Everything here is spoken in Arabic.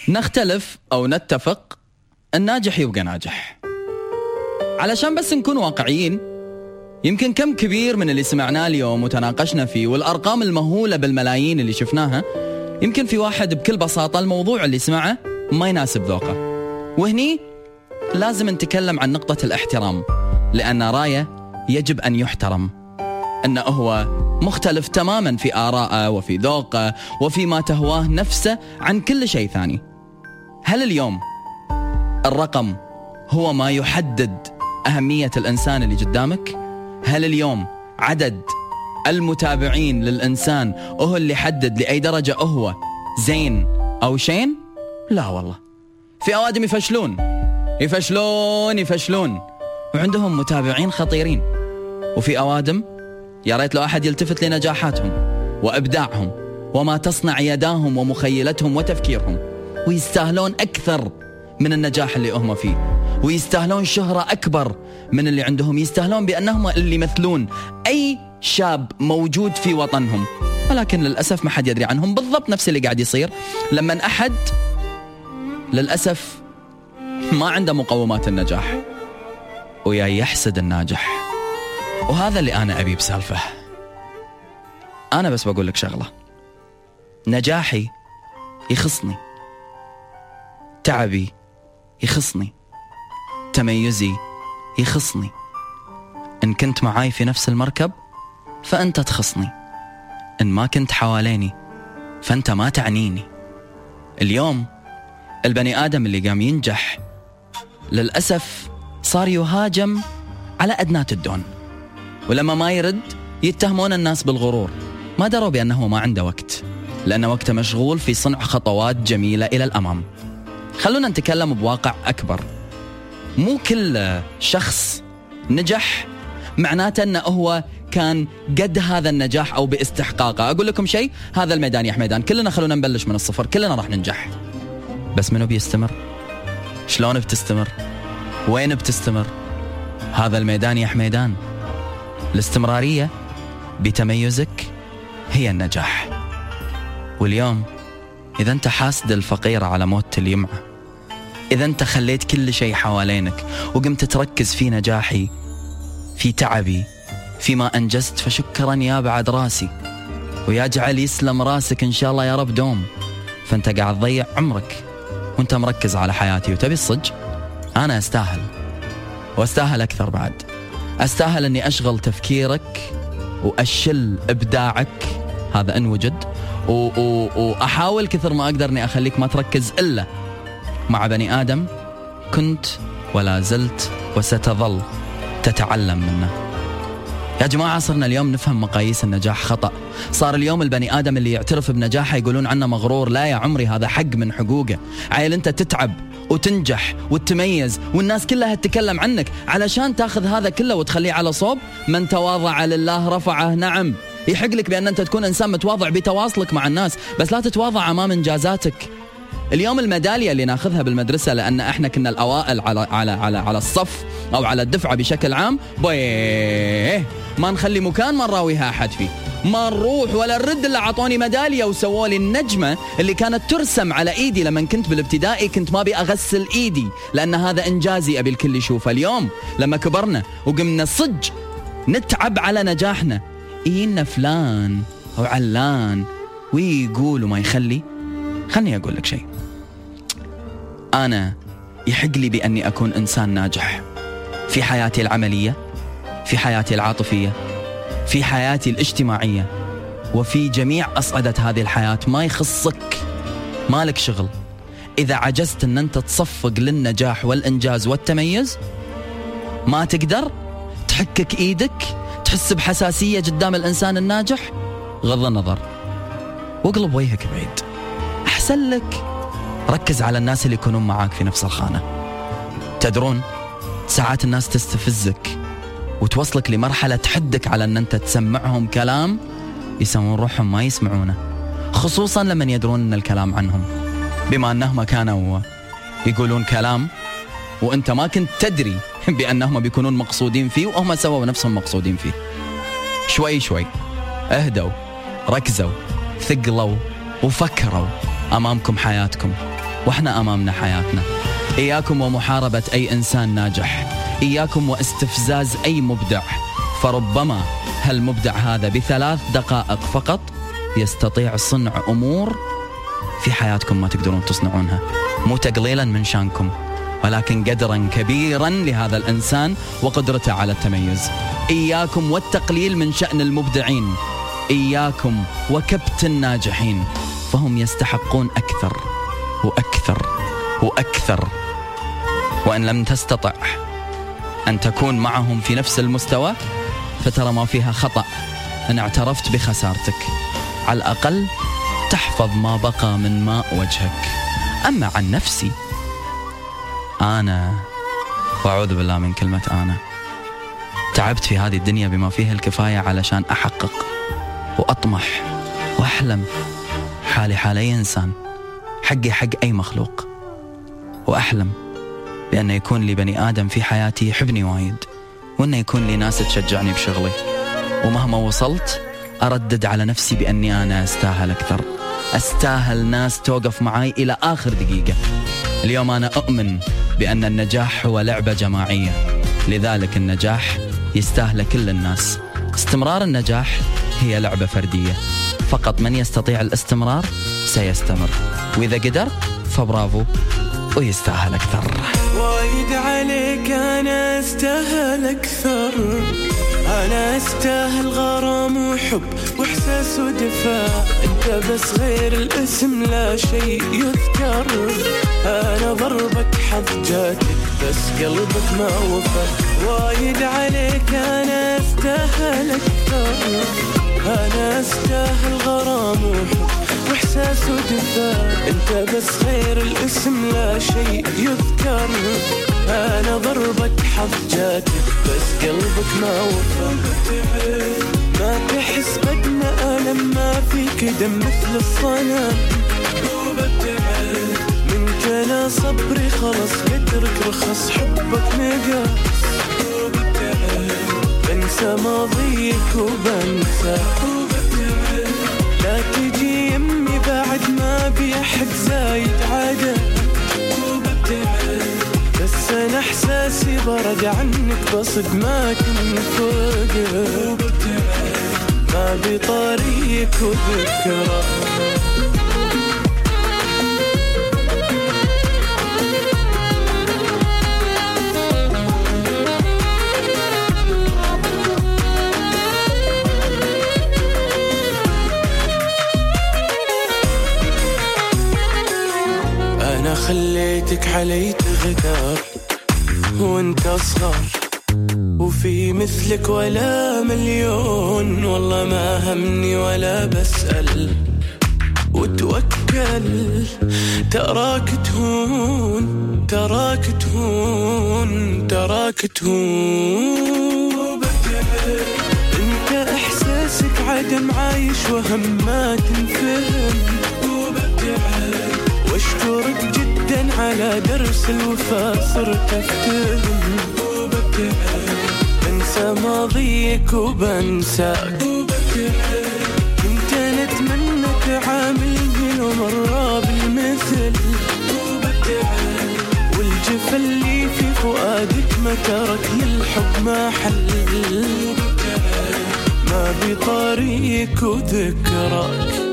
نختلف أو نتفق، الناجح يبقى ناجح. علشان بس نكون واقعيين، يمكن كم كبير من اللي سمعناه اليوم وتناقشنا فيه والأرقام المهولة بالملايين اللي شفناها، يمكن في واحد بكل بساطة الموضوع اللي سمعه ما يناسب ذوقه، وهني لازم نتكلم عن نقطة الاحترام، لأن رايه يجب أن يحترم، أنه هو مختلف تماما في آراءه وفي ذوقه وفي ما تهواه نفسه عن كل شيء ثاني. هل اليوم الرقم هو ما يحدد أهمية الإنسان اللي قدامك؟ هل اليوم عدد المتابعين للإنسان هو اللي يحدد لأي درجة هو زين أو شين؟ لا والله، في أوادم يفشلون وعندهم متابعين خطيرين، وفي أوادم يا ريت لو أحد يلتفت لنجاحاتهم وإبداعهم وما تصنع يداهم ومخيلتهم وتفكيرهم، ويستاهلون أكثر من النجاح اللي هم فيه، ويستاهلون شهرة أكبر من اللي عندهم، يستاهلون بأنهم اللي يمثلون أي شاب موجود في وطنهم. ولكن للأسف ما حد يدري عنهم. بالضبط نفس اللي قاعد يصير لما أحد للأسف ما عنده مقومات النجاح ويا يحسد الناجح. وهذا اللي أنا أبي بسالفة. أنا بس بقول لك شغلة، نجاحي يخصني، تعبي يخصني، تميزي يخصني. إن كنت معاي في نفس المركب فأنت تخصني، إن ما كنت حواليني فأنت ما تعنيني. اليوم البني آدم اللي قام ينجح للأسف صار يهاجم على أدنات الدون، ولما ما يرد يتهمون الناس بالغرور. ما دروا بأنه ما عنده وقت، لأن وقته مشغول في صنع خطوات جميلة إلى الأمام. خلونا نتكلم بواقع أكبر. مو كل شخص نجح معناته أنه هو كان قد هذا النجاح أو باستحقاقه. أقول لكم شيء، هذا الميدان يا حميدان، كلنا خلونا نبلش من الصفر، كلنا راح ننجح، بس منو بيستمر؟ شلون بتستمر؟ وين بتستمر؟ هذا الميدان يا حميدان. الاستمرارية بتميزك هي النجاح. واليوم إذا أنت حاسد الفقير على موت اليمعة، إذا أنت خليت كل شيء حوالينك وقمت تركز في نجاحي، في تعبي، فيما أنجزت، فشكرا يا بعد راسي، ويا جعل يسلم راسك إن شاء الله يا رب دوم. فأنت قاعد تضيع عمرك وأنت مركز على حياتي. وتبي الصج، أنا أستاهل، وأستاهل أكثر بعد. أستاهل أني أشغل تفكيرك وأشل إبداعك، هذا إن وجد، وأحاول كثر ما أقدر أني أخليك ما تركز إلا مع بني آدم كنت ولا زلت وستظل تتعلم منه. يا جماعة صرنا اليوم نفهم مقاييس النجاح خطأ. صار اليوم البني آدم اللي يعترف بنجاحه يقولون عنه مغرور. لا يا عمري، هذا حق من حقوقه. عيل أنت تتعب وتنجح وتميز والناس كلها تتكلم عنك، علشان تاخذ هذا كله وتخليه على صوب من تواضع لله رفعه. نعم، يحق لك بأن أنت تكون إنسان متواضع بتواصلك مع الناس، بس لا تتواضع أمام إنجازاتك. اليوم الميدالية اللي ناخذها بالمدرسة لأن احنا كنا الأوائل على الصف أو على الدفعة بشكل عام، ما نخلي مكان ما نراويها أحد فيه، ما نروح ولا نرد إلا عطوني ميدالية وسووا لي النجمة اللي كانت ترسم على إيدي لما كنت بالابتدائي. كنت ما أبي أغسل إيدي لأن هذا إنجازي أبي الكل يشوفه. اليوم لما كبرنا وقمنا صج نتعب على نجاحنا، إينا فلان أو علان ويقول وما يخلي. خلني أقول لك شيء، أنا يحق لي بأني أكون إنسان ناجح في حياتي العملية، في حياتي العاطفية، في حياتي الاجتماعية، وفي جميع أصعدة هذه الحياة. ما يخصك، مالك شغل. إذا عجزت أن أنت تصفق للنجاح والإنجاز والتميز، ما تقدر تحكك إيدك، تحس بحساسية قدام الإنسان الناجح، غض النظر واقلب وجهك بعيد. أحسن لك ركز على الناس اللي يكونون معاك في نفس الخانة. تدرون ساعات الناس تستفزك وتوصلك لمرحلة تحدك على أن أنت تسمعهم كلام يسمون روحهم ما يسمعونه، خصوصا لما يدرون أن الكلام عنهم، بما أنهم كانوا يقولون كلام وأنت ما كنت تدري بأنهم بيكونون مقصودين فيه وهم سووا نفسهم مقصودين فيه. شوي شوي اهدوا، ركزوا، ثقلوا وفكروا. أمامكم حياتكم، وإحنا أمامنا حياتنا. إياكم ومحاربة أي إنسان ناجح، إياكم واستفزاز أي مبدع، فربما هالمبدع هذا ب3 دقائق فقط يستطيع صنع أمور في حياتكم ما تقدرون تصنعونها، مو تقليلا من شانكم، ولكن قدرا كبيرا لهذا الإنسان وقدرته على التميز. إياكم والتقليل من شأن المبدعين، إياكم وكبت الناجحين، فهم يستحقون أكثر وأكثر وأكثر. وإن لم تستطع أن تكون معهم في نفس المستوى فترى ما فيها خطأ أن اعترفت بخسارتك، على الأقل تحفظ ما بقى من ماء وجهك. أما عن نفسي أنا، وأعوذ بالله من كلمة أنا، تعبت في هذه الدنيا بما فيه الكفاية علشان أحقق وأطمح وأحلم. حالي حالي إنسان، حقي حق أي مخلوق، وأحلم بأن يكون لي بني آدم في حياتي يحبني وايد، وأن يكون لي ناس تشجعني بشغلي، ومهما وصلت أردد على نفسي بأني أنا أستاهل أكثر، أستاهل ناس توقف معي إلى آخر دقيقة. اليوم أنا أؤمن بأن النجاح هو لعبة جماعية، لذلك النجاح يستاهل كل الناس. استمرار النجاح هي لعبة فردية، فقط من يستطيع الاستمرار سيستمر، وإذا قدر فبرافو ويستاهل أكثر. وايد عليك أنا أستاهل أكثر، أنا أستاهل غرام وحب وإحساس ودفاع، أنت بس غير الاسم لا شيء يذكر. أنا ضربك حظ جاتك بس قلبك ما وفى، وايد عليك أنا أستاهل أكثر، أنا أستاهل غرام وحب وإحساس ودفاع، أنت بس غير الاسم لا شيء يذكر. أنا ضربك حظ جاتك بس قلبك ما وفى، ما تحس بدنا ألم ما فيك دم مثل الصنم، منك أنا صبري خلص قدرك رخص حبك نقص، بنسى ماضيك وبنسى، لا تجي يمي بعد ما بيحد زايد عدد، بس أنا إحساسي برد عنك بصد ما كنت فوقك، ما بطريق وذكرى. أنا خليتك علي تغدر وانت صغار، وفي مثلك ولا مليون، والله ما همني ولا بسأل، وتوكل تراك تهون تراك تهون تراك تهون، انت احساسك عدم عايش وهم ما تنفهم، واشكرك جدا على درس الوفا صرت افتهم، بنسى ماضيك وبنساك، كنت نتمنى تعاملني لو مرة بالمثل، والجفا اللي في فؤادك ما ترك للحب ما حل، ما بطريق وذكراك.